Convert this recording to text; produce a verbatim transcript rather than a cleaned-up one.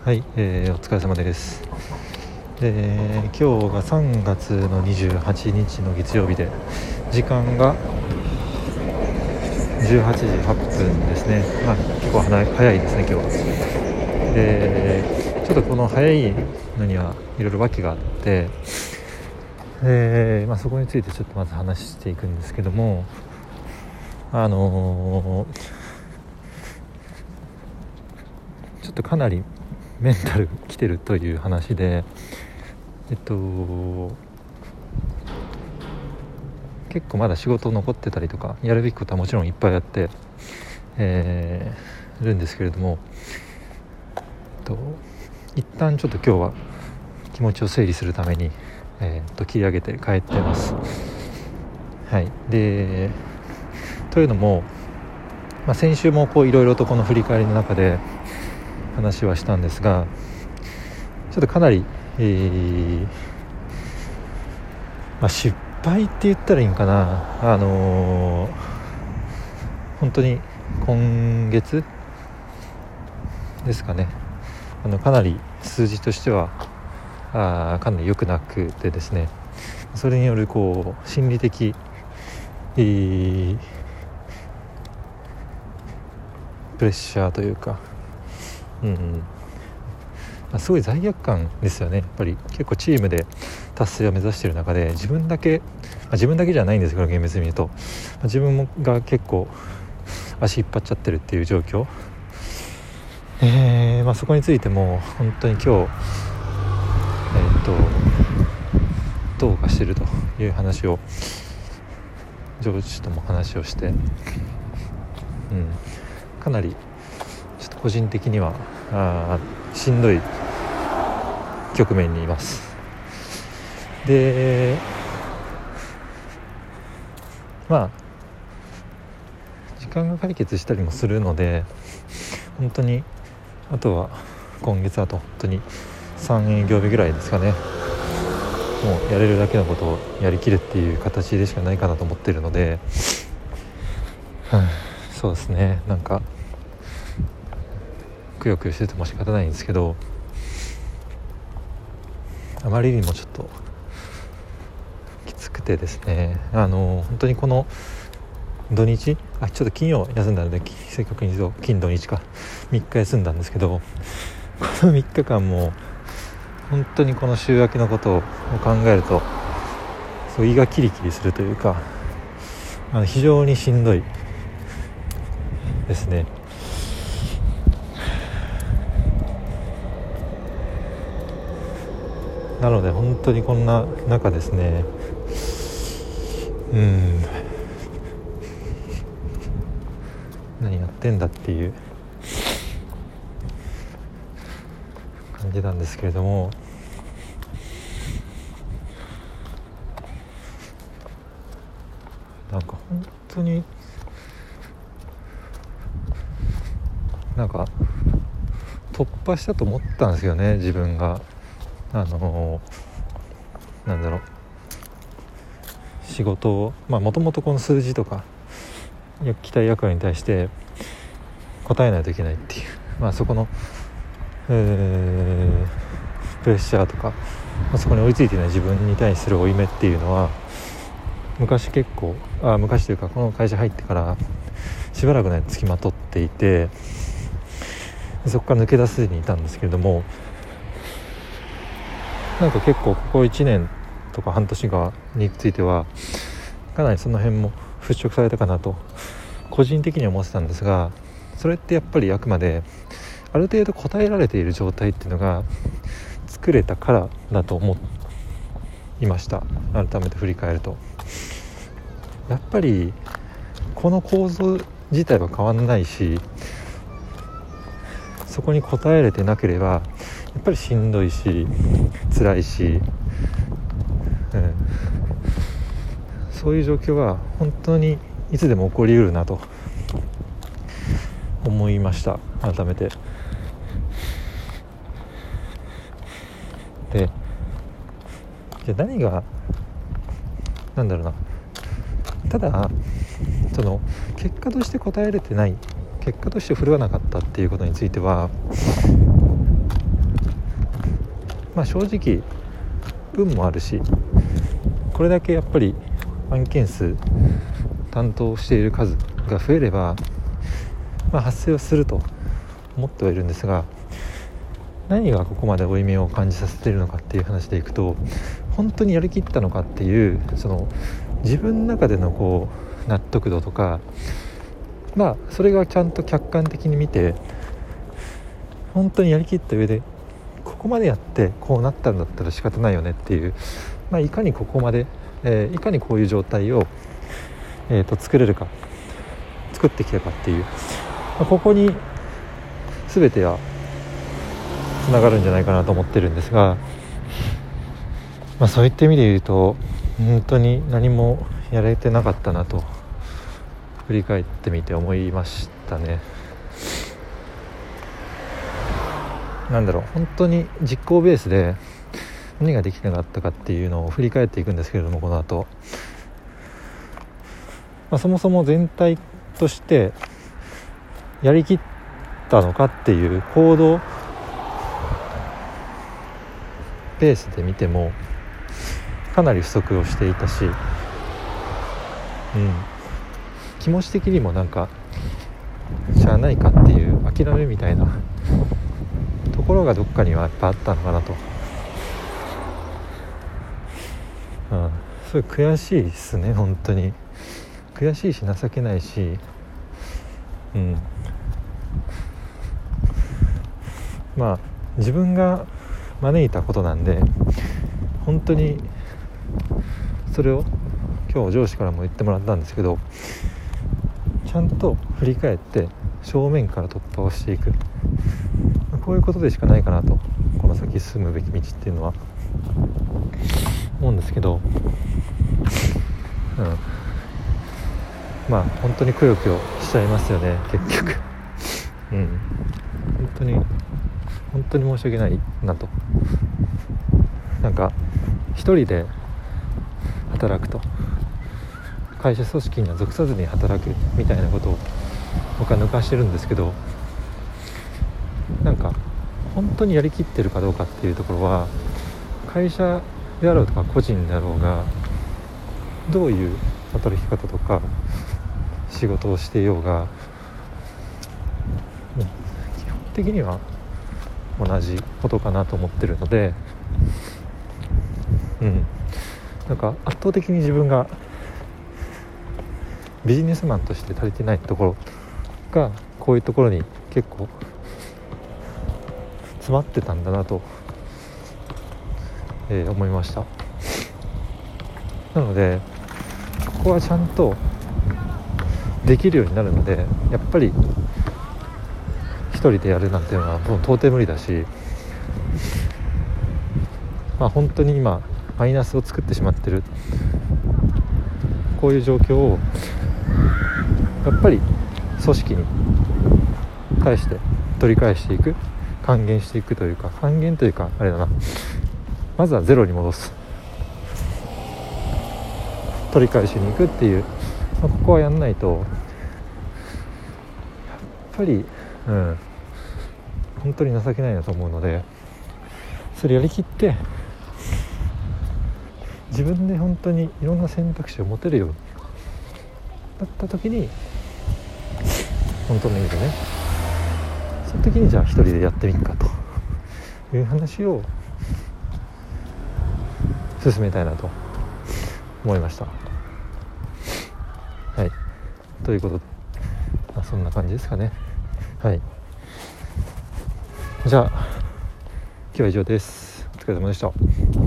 はい、えー、お疲れ様です。で、今日がさんがつのにじゅうはちにちの月曜日で、時間がじゅうはちじはっぷんですね。まあ結構早いですね今日は。で、ちょっとこの早いのにはいろいろ訳があって、で、まあ、そこについてちょっとまず話していくんですけども、あのー、ちょっとかなりメンタル来てるという話で、えっと結構まだ仕事残ってたりとか、やるべきことはもちろんいっぱいあって、えー、るんですけれども、えっと一旦ちょっと今日は気持ちを整理するために、えー、っと切り上げて帰ってます。はい。で、というのも、まあ、先週もこういろいろとこの振り返りの中で話はしたんですが、ちょっとかなり、えーまあ、失敗って言ったらいいんかな、あのー、本当に今月ですかね、あのかなり数字としてはあかなり良くなくてですね、それによるこう心理的、えー、プレッシャーというか、うんうんまあ、すごい罪悪感ですよね。やっぱり結構チームで達成を目指している中で、自分だけ、まあ、自分だけじゃないんですけど、厳密に言うと、まあ、自分が結構足引っ張っちゃってるっていう状況、えーまあ、そこについても本当に今日、えー、っとどうかしてるという話を上司とも話をして、うん、かなりちょっと個人的にはあしんどい局面にいます。で、まあ時間が解決したりもするので、本当にあとは今月あと本当にさん営業日ぐらいですかね、もうやれるだけのことをやりきるっていう形でしかないかなと思っているので、はあ、そうですね、なんかくよくよしてても仕方ないんですけど、あまりにもちょっときつくてですね、あの本当にこの土日、あちょっと金曜休んだので正確に言うと金土日かみっか休んだんですけど、このみっかかんも本当にこの週明けのことを考えるとそう胃がキリキリするというか、あの非常にしんどいですね。なので本当にこんな中ですね、うん何やってんだっていう感じなんですけれども、なんか本当になんか突破したと思ったんですよね、自分が。あのー、なんだろう、仕事をまあもともとこの数字とか期待役割に対して答えないといけないっていう、まあそこの、えー、プレッシャーとか、まあ、そこに追いついていない自分に対する負い目っていうのは昔結構あ昔というかこの会社入ってからしばらくねつきまとっていて、そこから抜け出せずにいたんですけれども、なんか結構ここいちねんとか半年がについてはかなりその辺も払拭されたかなと個人的には思ってたんですが、それってやっぱりあくまである程度答えられている状態っていうのが作れたからだと思いました。改めて振り返るとやっぱりこの構造自体は変わらないし、そこに答えれてなければやっぱりしんどいし辛いし、うん、そういう状況は本当にいつでも起こりうるなと思いました。改めてで、じゃあ何がなんだろうな、ただその結果として答えれてない、結果として振るわなかったっていうことについてはまあ正直運もあるし、これだけやっぱり案件数担当している数が増えれば、まあ、発生はすると思ってはいるんですが、何がここまで負い目を感じさせているのかっていう話でいくと、本当にやりきったのかっていう、その自分の中でのこう納得度とか、まあそれがちゃんと客観的に見て、本当にやりきった上でここまでやってこうなったんだったら仕方ないよねっていう、まあ、いかにここまで、えー、いかにこういう状態を、えー、と作れるか、作ってきたかっていう、まあ、ここに全てはつながるんじゃないかなと思ってるんですが、まあ、そういった意味で言うと本当に何もやれてなかったなと振り返ってみて思いましたね。なんだろう、本当に実行ベースで何ができなかったかっていうのを振り返っていくんですけれども、この後、まあ、そもそも全体としてやりきったのかっていう行動ベースで見てもかなり不足をしていたし、うん、気持ち的にもなんかしゃあないかっていう諦めみたいなところがどっかにはやっぱあったのかなと、うん、すごい悔しいですね。本当に悔しいし情けないし、うん、まあ自分が招いたことなんで、本当にそれを今日上司からも言ってもらったんですけど、ちゃんと振り返って正面から突破をしていく、こういうことでしかないかなと、この先進むべき道っていうのは思うんですけど、うん、まあ本当にくよくよしちゃいますよね結局うん、本当に本当に申し訳ないなと。なんか一人で働くと会社組織には属さずに働くみたいなことを僕は抜かしてるんですけど、なんか本当にやりきってるかどうかっていうところは、会社であろうとか個人であろうが、どういう働き方とか仕事をしていようが、基本的には同じことかなと思ってるので、うん、なんか圧倒的に自分がビジネスマンとして足りてないところがこういうところに結構詰まってたんだなと、えー、思いました。なのでここはちゃんとできるようになるので、やっぱり一人でやるなんていうのはもう到底無理だし、まあ本当に今マイナスを作ってしまってるこういう状況をやっぱり組織に対して取り返していく、還元していくというか、還元というかあれだな、まずはゼロに戻す、取り返しに行くっていう、まあ、ここはやんないとやっぱり、うん、本当に情けないなと思うので、それやりきって自分で本当にいろんな選択肢を持てるようになった時に、本当の意味でね、その時にじゃあ一人でやってみるかという話を進めたいなと思いました。はい、ということで、まあ、そんな感じですかね。はい、じゃあ今日は以上です。お疲れ様でした。